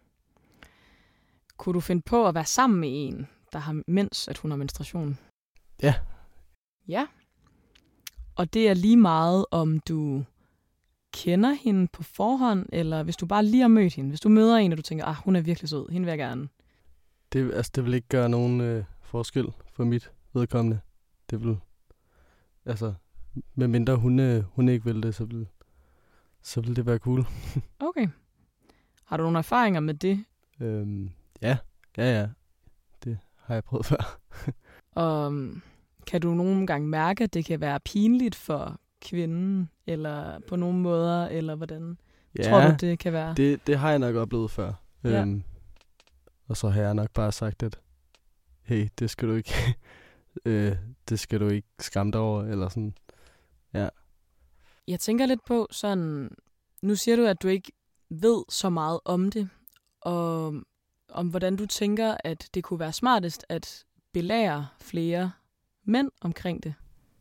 Kunne du finde på at være sammen med en, der har, mens at hun har menstruation? Ja. Ja. Og det er lige meget, om du kender hende på forhånd, eller hvis du bare lige har mødt hende. Hvis du møder en, og du tænker, ah, hun er virkelig sød, hende vil jeg gerne. Det, altså, det vil ikke gøre nogen øh, forskel for mit vedkommende. Det vil, altså, medmindre hun, øh, hun ikke vil det, så vil, så vil det være cool. Okay. Har du nogle erfaringer med det? Øhm, ja, ja, ja. Det har jeg prøvet før. Og kan du nogle gange mærke, at det kan være pinligt for kvinden, eller på nogle måder, eller hvordan Ja, tror du, det kan være? Det, det har jeg nok oplevet før. Ja. Øhm, og så har jeg nok bare sagt, at hey, det skal du ikke, øh, det skal du ikke skamme dig over, eller sådan. Ja. Jeg tænker lidt på sådan, nu siger du, at du ikke ved så meget om det, og om hvordan du tænker, at det kunne være smartest at belære flere mænd omkring det.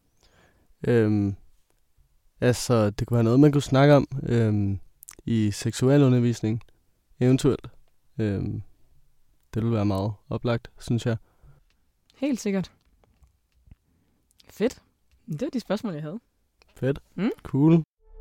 Øhm, altså, det kunne være noget, man kunne snakke om øhm, i seksualundervisning, eventuelt. Øhm, det ville være meget oplagt, synes jeg. Helt sikkert. Fedt. Det var de spørgsmål, jeg havde. Fedt. Mm? Cool.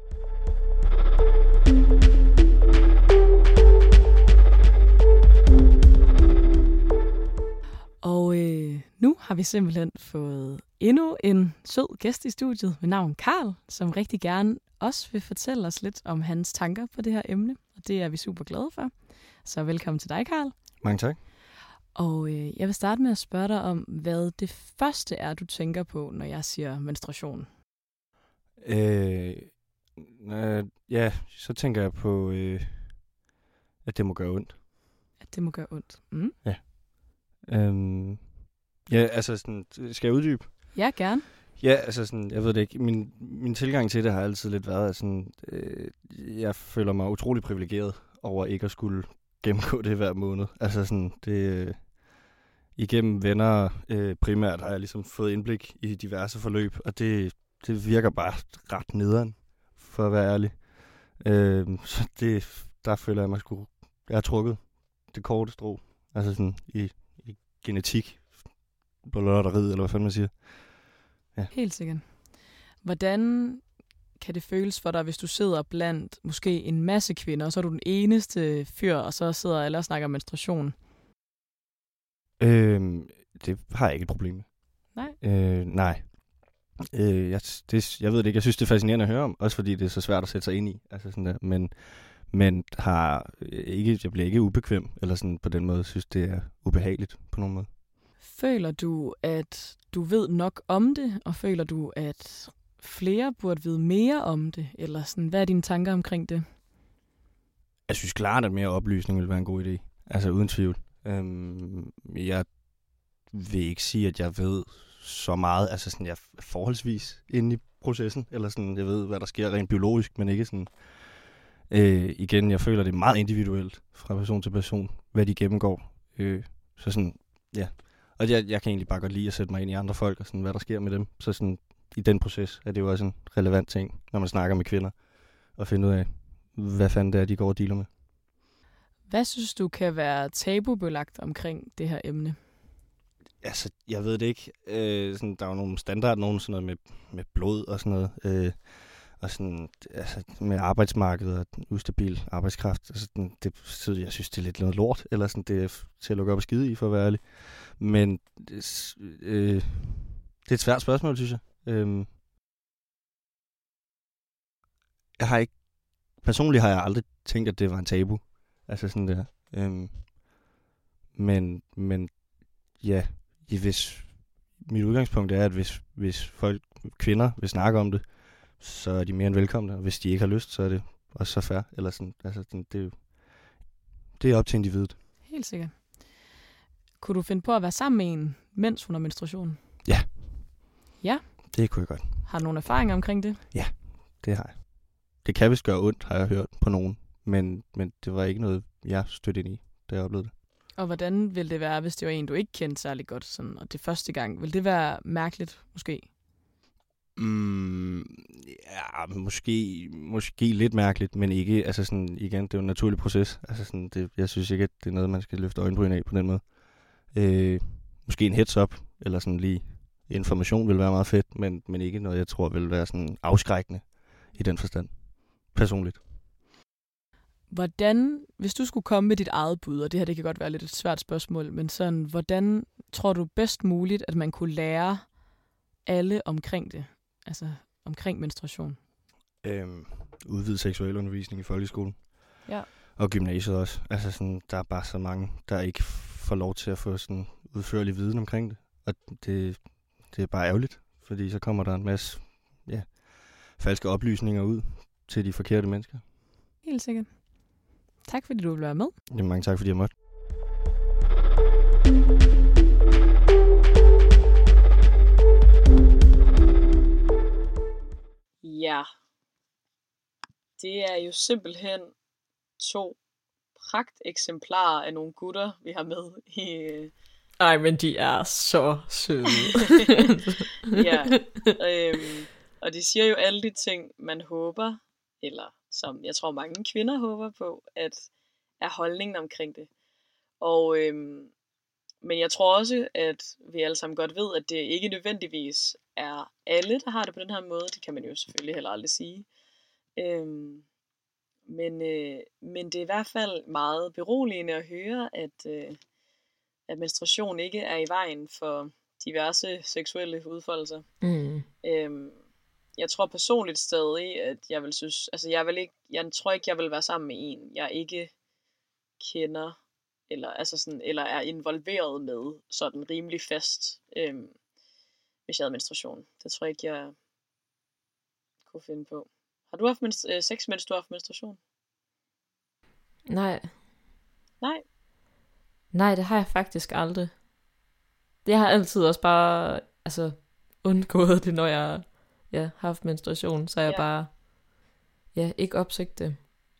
Og øh, nu har vi simpelthen fået endnu en sød gæst i studiet med navn Karl, som rigtig gerne også vil fortælle os lidt om hans tanker på det her emne. Og det er vi super glade for. Så velkommen til dig, Karl. Mange tak. Og øh, jeg vil starte med at spørge dig om, hvad det første er, du tænker på, når jeg siger menstruation. Øh, øh, ja, så tænker jeg på, øh, at det må gøre ondt. At det må gøre ondt. Mm. Ja. Øhm, ja, altså sådan, skal jeg uddybe? Ja, gerne. Ja, altså sådan, jeg ved det ikke. Min, min tilgang til det har altid lidt været, at sådan, øh, jeg føler mig utrolig privilegeret over ikke at skulle gennemgå det hver måned. Altså sådan, det øh, igennem venner øh, primært har jeg ligesom fået indblik i diverse forløb, og det, det virker bare ret nederen, for at være ærlig. Øh, så det, der føler jeg mig sgu, jeg har trukket det korte strå, altså sådan i, i genetik, på lotteriet, eller hvad fanden man siger. Ja. Helt sikkert. Hvordan kan det føles for dig, hvis du sidder blandt måske en masse kvinder, og så er du den eneste fyr, og så sidder alle og snakker om menstruation? Øhm, det har jeg ikke et problem med. Nej? Øh, nej. Øh, jeg, det, jeg ved det ikke. Jeg synes, det er fascinerende at høre om, også fordi det er så svært at sætte sig ind i. Altså sådan der. Men, men har ikke, jeg bliver ikke ubekvem, eller sådan på den måde, synes det er ubehageligt på nogen måde. Føler du, at du ved nok om det, og føler du, at flere burde vide mere om det? Eller sådan, hvad er dine tanker omkring det? Jeg synes klart, at mere oplysning vil være en god idé. Altså uden tvivl. Øhm, jeg vil ikke sige, at jeg ved så meget. Altså sådan, jeg er forholdsvis inde i processen. Eller sådan, jeg ved, hvad der sker rent biologisk, men ikke sådan... Øh, igen, jeg føler, det er meget individuelt fra person til person, hvad de gennemgår. Øh, så sådan, ja. Og jeg, jeg kan egentlig bare godt lide at sætte mig ind i andre folk, og sådan, hvad der sker med dem. Så sådan, i den proces er det jo også en relevant ting, når man snakker med kvinder, og finde ud af, hvad fanden det er, de går og dealer med. Hvad synes du kan være tabubelagt omkring det her emne? Altså, jeg ved det ikke. Øh, sådan, der er jo nogle standard, nogen sådan noget med, med blod og sådan noget. Øh, og sådan, altså, med arbejdsmarkedet og ustabil arbejdskraft. Altså, det, så jeg synes, det er lidt noget lort. Eller sådan, det er til at lukke op og skide i, for at være ærlig. Men øh, det er et svært spørgsmål, synes jeg. Øh, jeg har ikke... Personligt har jeg aldrig tænkt, at det var en tabu. Altså sådan der. Øh, men, men ja, hvis mit udgangspunkt er, at hvis, hvis folk, kvinder vil snakke om det, så er de mere end velkomne. Og hvis de ikke har lyst, så er det også så fair. Eller sådan, altså, det, er jo, det er op til individet. Helt sikkert. Kunne du finde på at være sammen med en, mens hun har menstruation? Ja. Ja? Det kunne jeg godt. Har du nogle erfaringer omkring det? Ja, det har jeg. Det kan vist gøre ondt, har jeg hørt på nogen. Men, men det var ikke noget, jeg stødte ind i, da jeg oplevede det. Og hvordan ville det være, hvis det var en, du ikke kendte særlig godt, sådan, og det første gang? Vil det være mærkeligt, måske? Mm, ja, måske, måske lidt mærkeligt, men ikke, altså sådan, igen, det er jo en naturlig proces. Altså sådan, det, jeg synes ikke, at det er noget, man skal løfte øjenbryn af på den måde. Øh, måske en heads up, eller sådan lige information vil være meget fedt, men, men ikke noget, jeg tror vil være sådan afskrækkende i den forstand. Personligt. Hvordan, hvis du skulle komme med dit eget bud, og det her det kan godt være lidt et svært spørgsmål, men sådan, hvordan tror du bedst muligt, at man kunne lære alle omkring det? Altså omkring menstruation? Øhm, udvidet seksualundervisning i folkeskolen. Ja. Og gymnasiet også. Altså sådan, der er bare så mange, der ikke får lov til at få sådan udførlig viden omkring det. Og det, det er bare ærgerligt, fordi så kommer der en masse ja, falske oplysninger ud til de forkerte mennesker. Helt sikkert. Tak fordi du ville være med. Jamen, mange tak fordi jeg måtte. Ja. Det er jo simpelthen to pragteksemplarer af nogle gutter, vi har med i... Ej, men de er så søde. Ja. Øhm, og de siger jo alle de ting, man håber, eller som jeg tror mange kvinder håber på, at er holdningen omkring det. Og, øhm, men jeg tror også, at vi alle sammen godt ved, at det ikke nødvendigvis er alle, der har det på den her måde. Det kan man jo selvfølgelig heller aldrig sige. Øhm, men, øh, men det er i hvert fald meget beroligende at høre, at, øh, at menstruation ikke er i vejen for diverse seksuelle udfoldelser. Mm. Øhm, jeg tror personligt stadig, at jeg vil synes, altså jeg vil ikke, jeg tror ikke, jeg vil være sammen med en, jeg ikke kender, eller, altså sådan, eller er involveret med sådan rimelig fast, øhm, hvis jeg havde menstruation. Det tror jeg ikke, jeg kunne finde på. Har du haft menstru- øh, sex, mens du har haft menstruation? Nej. Nej. Nej, det har jeg faktisk aldrig. Jeg har altid også bare altså, undgået det, når jeg ja, har haft menstruation, så jeg Ja. bare ja, ikke opsøgt det.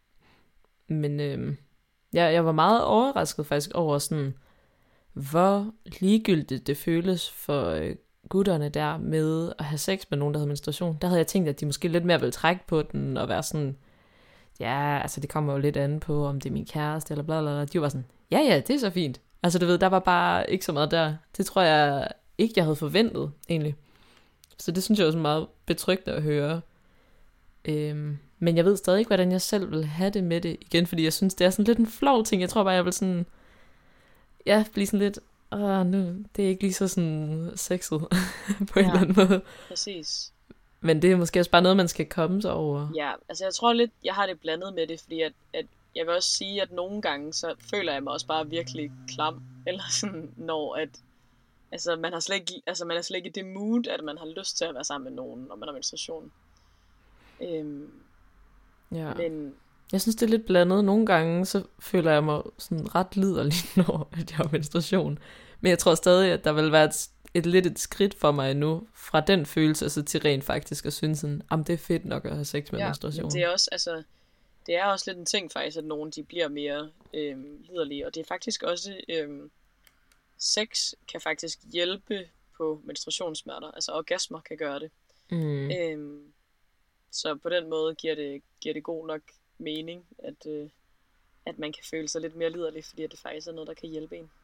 Men øhm, jeg, jeg var meget overrasket faktisk over sådan, hvor ligegyldigt det føles for øh, gutterne der med at have sex med nogen, der havde menstruation. Der havde jeg tænkt, at de måske lidt mere ville trække på den og være sådan, ja, altså det kommer jo lidt an på, om det er min kæreste eller bla bla bla. De var sådan, ja ja, det er så fint. Altså du ved, der var bare ikke så meget der. Det tror jeg ikke, jeg havde forventet egentlig. Så det synes jeg også er meget betryggende at høre. Øhm, men jeg ved stadig ikke, hvordan jeg selv vil have det med det igen, fordi jeg synes, det er sådan lidt en flov ting. Jeg tror bare, jeg vil sådan, ja, blive sådan lidt, åh, nu, det er ikke lige så sådan sexet på en Ja. eller anden måde. Præcis. Men det er måske også bare noget, man skal komme sig over. Ja, altså jeg tror lidt, jeg har det blandet med det, fordi at, at jeg vil også sige, at nogle gange, så føler jeg mig også bare virkelig klam, eller sådan, når at, altså man har slet ikke, altså man er slet ikke i det mood, at man har lyst til at være sammen med nogen, når man har menstruation. Øhm, Ja. men Jeg synes, det er lidt blandet. Nogle gange, så føler jeg mig sådan ret liderlig, når at jeg har menstruation. Men jeg tror stadig, at der vil være et, et lidt et skridt for mig nu, fra den følelse, så til rent faktisk at synes sådan, om det er fedt nok at have sex med ja, menstruation. men det er også, altså, det er også lidt en ting faktisk, at nogen de bliver mere øhm, liderlige, og det er faktisk også, øhm, sex kan faktisk hjælpe på menstruationssmerter, altså orgasmer kan gøre det. Mm. Øhm, så på den måde giver det, giver det god nok mening, at, øh, at man kan føle sig lidt mere liderlig, fordi det faktisk er noget, der kan hjælpe en.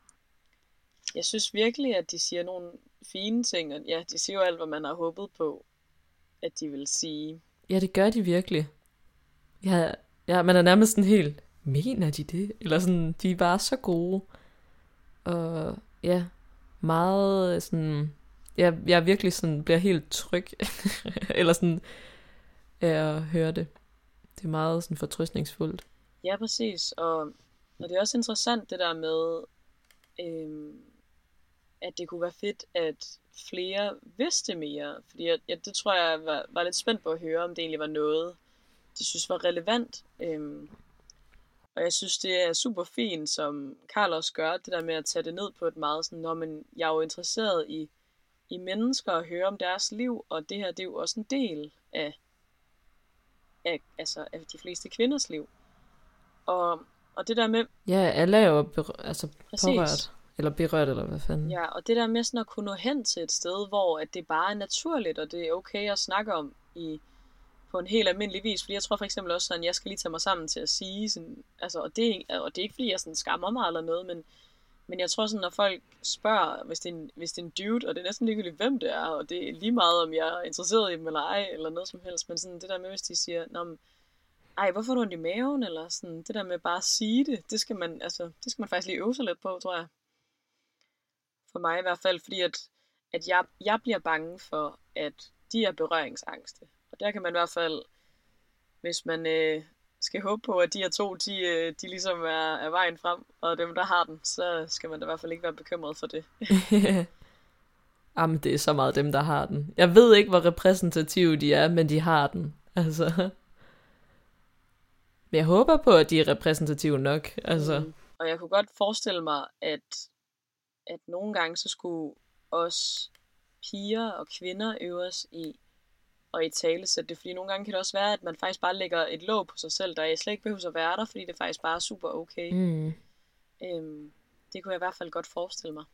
Jeg synes virkelig, at de siger nogle fine ting, og ja, de siger jo alt, hvad man har håbet på, at de vil sige. Ja, det gør de virkelig. Ja, ja, man er nærmest sådan helt, mener de det? Eller sådan, de er bare så gode. Og ja, meget sådan, ja, jeg virkelig sådan bliver helt tryg. Eller sådan, af at høre det. Det er meget sådan fortrøstningsfuldt. Ja, præcis. Og, og det er også interessant det der med, øhm, at det kunne være fedt, at flere vidste mere. Fordi jeg, ja, det tror jeg var, var lidt spændt på at høre, om det egentlig var noget, de synes var relevant. Øhm, og jeg synes, det er super fint, som Karl også gør, det der med at tage det ned på et meget sådan, når man, jeg er jo interesseret i, i mennesker og høre om deres liv, og det her, det er jo også en del af, af, altså, af de fleste kvinders liv. Og, og det der med... Ja, alle er jo berø- altså Præcis. pårørt. Eller berørt, eller hvad fanden. Ja, og det der med sådan at kunne nå hen til et sted, hvor at det bare er naturligt, og det er okay at snakke om i, på en helt almindelig vis. Fordi jeg tror for eksempel også sådan, jeg skal lige tage mig sammen til at sige sådan, altså, og det, og det er ikke fordi jeg sådan skammer mig eller noget, men, men jeg tror sådan, når folk spørger, hvis det, er en, hvis det er en dude, og det er næsten ligegyldigt, hvem det er, og det er lige meget, om jeg er interesseret i dem eller ej, eller noget som helst, men sådan det der med, hvis de siger, nå, men, ej, hvorfor har du ondt i maven, eller sådan, det der med bare at sige det, det skal man, altså, det skal man faktisk lige øve sig lidt på, tror jeg. For mig i hvert fald, fordi at, at jeg, jeg bliver bange for, at de er berøringsangste. Og der kan man i hvert fald, hvis man øh, skal håbe på, at de her to, de, øh, de ligesom er, er vejen frem, og dem, der har den, så skal man da i hvert fald ikke være bekymret for det. Jamen, det er så meget dem, der har den. Jeg ved ikke, hvor repræsentative de er, men de har den. Altså. Men jeg håber på, at de er repræsentative nok. Altså. Mm. Og jeg kunne godt forestille mig, at at nogle gange så skulle os piger og kvinder øves i og i talesætte det, fordi nogle gange kan det også være, at man faktisk bare lægger et låg på sig selv, der slet ikke behøver at være der, fordi det faktisk bare er super okay. Mm. Øhm, det kunne jeg i hvert fald godt forestille mig.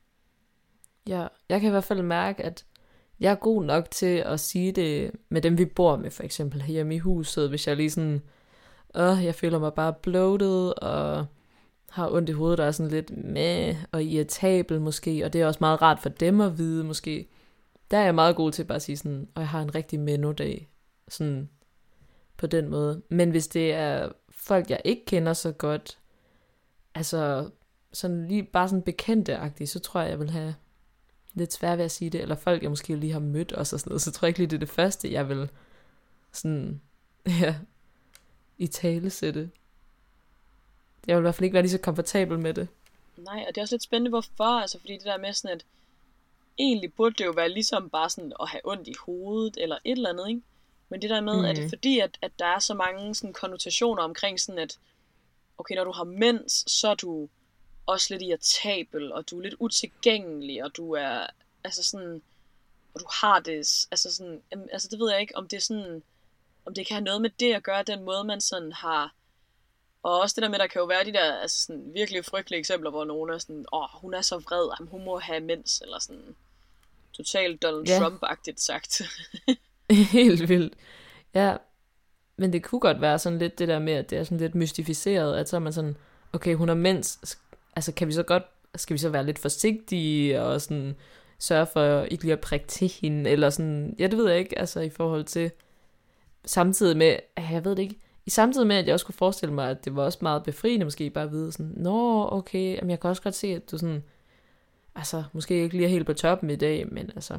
Ja, jeg kan i hvert fald mærke, at jeg er god nok til at sige det med dem, vi bor med, for eksempel hjemme i huset, hvis jeg lige sådan, åh, jeg føler mig bare bloated, og har ondt i hovedet, der er sådan lidt med og irritabel måske, og det er også meget rart for dem at vide måske. Der er jeg meget god til bare at sige sådan, og jeg har en rigtig mennodag, sådan på den måde. Men hvis det er folk, jeg ikke kender så godt, altså sådan lige bare sådan bekendte-agtigt, så tror jeg, jeg vil have lidt svært ved at sige det, eller folk, jeg måske lige har mødt også og sådan noget, så tror jeg ikke lige, det er det første, jeg vil sådan, ja, i tale sætte. Jeg vil i hvert fald ikke være lige så komfortabel med det. Nej, og det er også lidt spændende, hvorfor, altså fordi det der med sådan, at egentlig burde det jo være ligesom bare sådan at have ondt i hovedet, eller et eller andet, ikke? Men det der med, mm. er det fordi, at, at der er så mange sådan konnotationer omkring sådan, at okay, når du har mens, så er du også lidt irritabel, og du er lidt utilgængelig, og du er, altså sådan, og du har det, altså sådan, altså det ved jeg ikke, om det er sådan, om det kan have noget med det at gøre, den måde man sådan har. Og også det der med, der kan jo være de der altså sådan, virkelig frygtelige eksempler, hvor nogen er sådan, åh, hun er så vred, jamen, hun må have mens, eller sådan totalt Donald ja. Trump-agtigt sagt. Helt vildt. Ja, men det kunne godt være sådan lidt det der med, at det er sådan lidt mystificeret, at så er man sådan, okay, hun har mens, altså kan vi så godt, skal vi så være lidt forsigtige, og sådan sørge for ikke lige at prikke til hende, eller sådan, ja, det ved jeg ikke, altså i forhold til, samtidig med, jeg ved det ikke, I samtidig med, at jeg også kunne forestille mig, at det var også meget befriende måske bare at vide sådan, nå, okay, jamen jeg kan også godt se, at du sådan, altså måske ikke lige er helt på toppen i dag, men altså,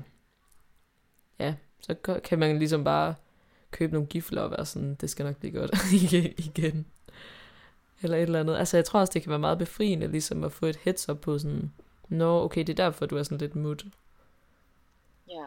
ja, så kan man ligesom bare købe nogle gifler og være sådan, det skal nok blive godt igen. Eller et eller andet. Altså jeg tror også, det kan være meget befriende ligesom at få et heads up på sådan, Nå, okay, det er derfor, du er sådan lidt mut. Ja.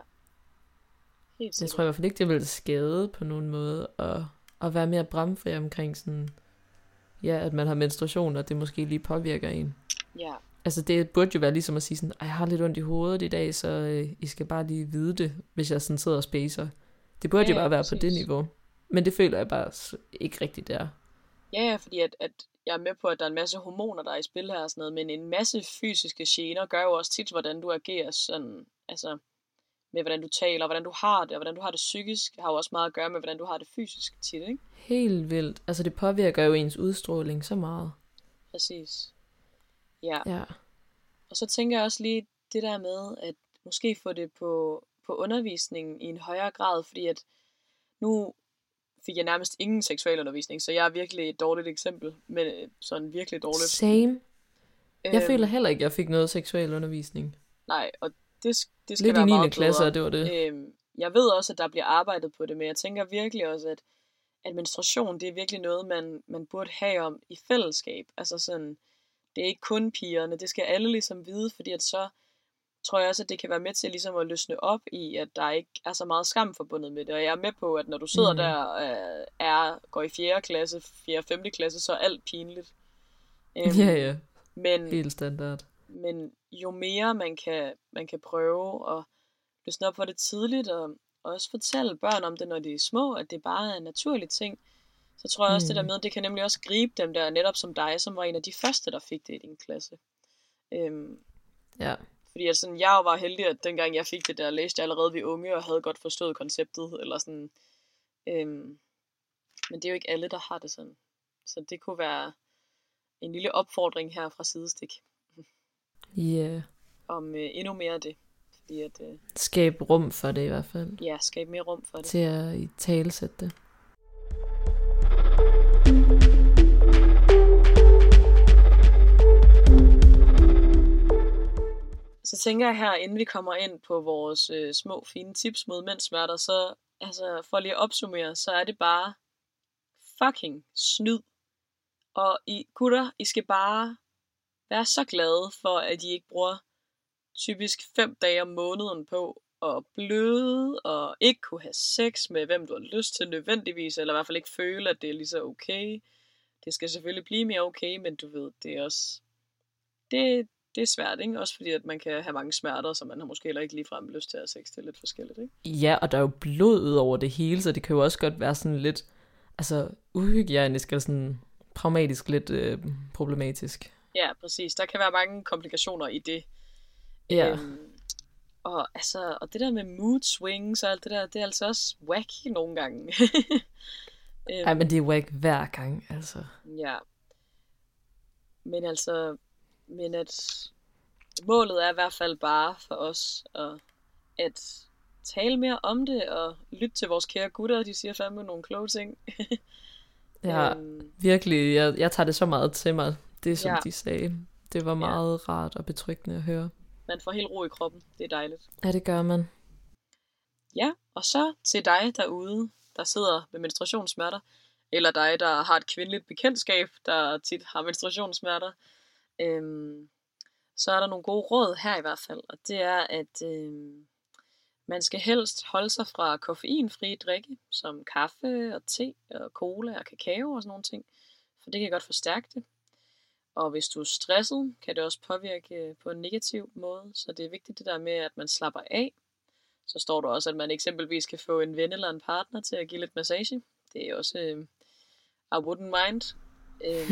Helt Jeg sikkert. tror i hvert fald ikke, det vil skade på nogen måde at, at være mere bramfri omkring sådan, ja, at man har menstruation, og det måske lige påvirker en. Ja. Altså det burde jo være ligesom at sige sådan, jeg har lidt ondt i hovedet i dag, så øh, I skal bare lige vide det, hvis jeg sådan sidder og spacer. Det burde Ja, jo bare være præcis. på det niveau. Men det føler jeg bare s- ikke rigtigt der. Ja, ja, fordi at, at jeg er med på, at der er en masse hormoner, der er i spil her og sådan noget, men en masse fysiske gener gør jo også tit, hvordan du agerer sådan, altså med hvordan du taler, hvordan du har det, og hvordan du har det psykisk, har jo også meget at gøre med, hvordan du har det fysisk tit, ikke? Helt vildt. Altså det påvirker jo ens udstråling så meget. Præcis. Ja. Ja. Og så tænker jeg også lige det der med, at måske få det på, på undervisningen i en højere grad, fordi at nu fik jeg nærmest ingen seksualundervisning, så jeg er virkelig et dårligt eksempel, men øh, sådan virkelig dårligt. Same. Jeg Øhm, føler heller ikke, at jeg fik noget seksuel undervisning. Nej, og det, sk- det skal Lidt i være niende meget klasse, bedre. og det var det. Øhm, jeg ved også, at der bliver arbejdet på det, men jeg tænker virkelig også, at, at menstruation, det er virkelig noget, man, man burde have om i fællesskab. Altså sådan, det er ikke kun pigerne, det skal alle ligesom vide, fordi at så tror jeg også, at det kan være med til ligesom at løsne op i, at der ikke er så meget skam forbundet med det. Og jeg er med på, at når du sidder Mhm. der og øh, er, går i fjerde klasse, fjerde femte klasse, så er alt pinligt. Øhm, Ja, ja. Men, Helt standard. men jo mere man kan, man kan prøve at løsne op for det tidligt, og, og også fortælle børn om det, når de er små, at det bare er en naturlig ting, så tror jeg også, Mm. det der med, det kan nemlig også gribe dem der, netop som dig, som var en af de første, der fik det i din klasse. Øhm, Ja. fordi at sådan, jeg var heldig, at dengang jeg fik det der, læste jeg allerede ved unge, og havde godt forstået konceptet, eller sådan. Øhm, men det er jo ikke alle, der har det sådan. Så det kunne være en lille opfordring her fra Sidestik, Yeah. om øh, endnu mere af det. Fordi at, øh, Skab rum for det i hvert fald. ja, skabe mere rum for det. Til at i talesætte det. Så tænker jeg her, inden vi kommer ind på vores øh, små, fine tips mod mændsmerter, så altså, for lige at opsummere, så er det bare fucking snyd. Og I gutter, I skal bare være så glade for, at I ikke bruger typisk fem dage om måneden på at bløde og ikke kunne have sex med, hvem du har lyst til nødvendigvis, eller i hvert fald ikke føle, at det er lige så okay. Det skal selvfølgelig blive mere okay, men du ved, det er også... Det, det er svært, ikke? Også fordi, at man kan have mange smerter, så man har måske heller ikke ligefrem lyst til at have sex. Det er lidt forskelligt, ikke? Ja, og der er jo blod ud over det hele, så det kan jo også godt være sådan lidt, altså uhygienisk eller sådan pragmatisk lidt øh, problematisk. Ja, præcis. Der kan være mange komplikationer i det. Ja. Øhm, og, altså, og det der med mood swings og alt det der, det er altså også wacky nogle gange. øhm, Ej, men det er jo ikke hver gang, altså. Ja. Men altså, men at målet er i hvert fald bare for os at, at tale mere om det og lytte til vores kære gutter, de siger fandme nogle kloge ting. Ja, øhm, virkelig, jeg, jeg tager det så meget til mig, det som Ja. de sagde. Det var meget ja. rart og betryggende at høre. man får helt ro i kroppen. Det er dejligt. Ja, det gør man. Ja, og så til dig derude, der sidder med menstruationssmerter, eller dig, der har et kvindeligt bekendtskab, der tit har menstruationssmerter, øhm, så er der nogle gode råd her i hvert fald, og det er, at øhm, man skal helst holde sig fra koffeinfrie drikke, som kaffe og te og cola og kakao og sådan nogle ting, for det kan godt forstærke det. Og hvis du er stresset, kan det også påvirke på en negativ måde, så det er vigtigt det der med, at man slapper af. Så står der også, at man eksempelvis kan få en ven eller en partner til at give lidt massage. Det er også øh, I wouldn't mind. Øh,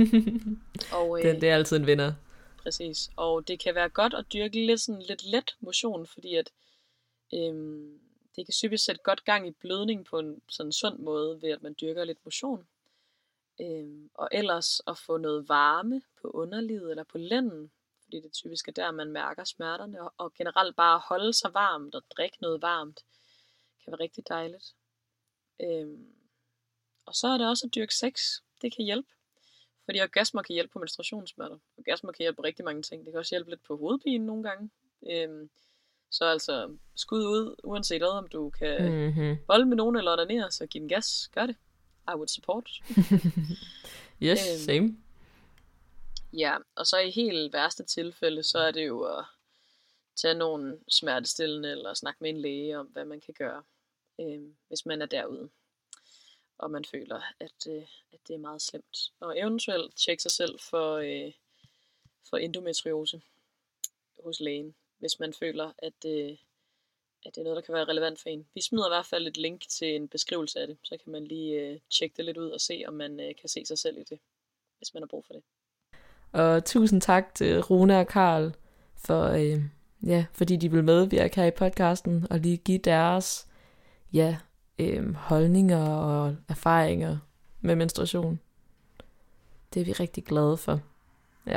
og, øh, det, det er altid en vinder. Præcis. Og det kan være godt at dyrke lidt, sådan, lidt let motion, fordi at, øh, det kan typisk sætte godt gang i blødning på en sådan sund måde, ved at man dyrker lidt motion. Øh, og ellers at få noget varme på underlivet eller på lænden, fordi det typisk er der, man mærker smerterne, og, og generelt bare holde sig varmt og drikke noget varmt, kan være rigtig dejligt. Øhm, og så er det også at dyrke sex. Det kan hjælpe, fordi orgasmer kan hjælpe på menstruationssmerter. Orgasmer kan hjælpe på rigtig mange ting. Det kan også hjælpe lidt på hovedpine nogle gange. Øhm, så altså, skud ud, uanset hvad, om du kan Mm-hmm. volde med nogen eller onanere, så giv den gas. Gør det. I would support. Yes, Øhm, same. Ja, og så i helt værste tilfælde, så er det jo at tage nogle smertestillende eller snakke med en læge om, hvad man kan gøre, øh, hvis man er derude, og man føler, at, øh, at det er meget slemt. Og eventuelt tjekke sig selv for, øh, for endometriose hos lægen, hvis man føler, at, øh, at det er noget, der kan være relevant for en. Vi smider i hvert fald et link til en beskrivelse af det, så kan man lige øh, tjekke det lidt ud og se, om man øh, kan se sig selv i det, hvis man har brug for det. Og tusind tak til Rune og Karl, for, øh, ja, fordi de vil medvirke her i podcasten, og lige give deres ja, øh, holdninger og erfaringer med menstruation. Det er vi rigtig glade for. Ja.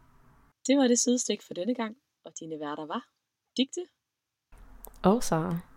Det var det sidestik for denne gang, og dine værter var Dicte Og Sara.